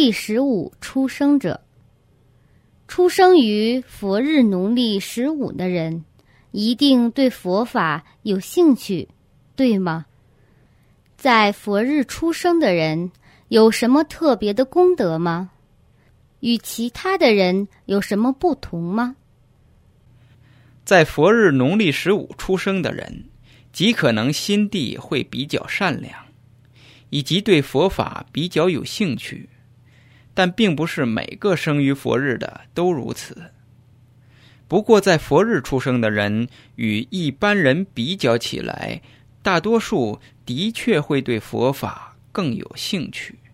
历15出生者。出生于佛日农历15的人，一定对佛法有兴趣，对吗？在佛日出生的人有什么特别的功德吗？与其他的人有什么不同吗？ 在佛日农历15出生的人，极可能心地会比较善良，以及对佛法比较有兴趣，但并不是每个生于佛日的都如此。不过在佛日出生的人与一般人比较起来，大多数的确会对佛法更有兴趣。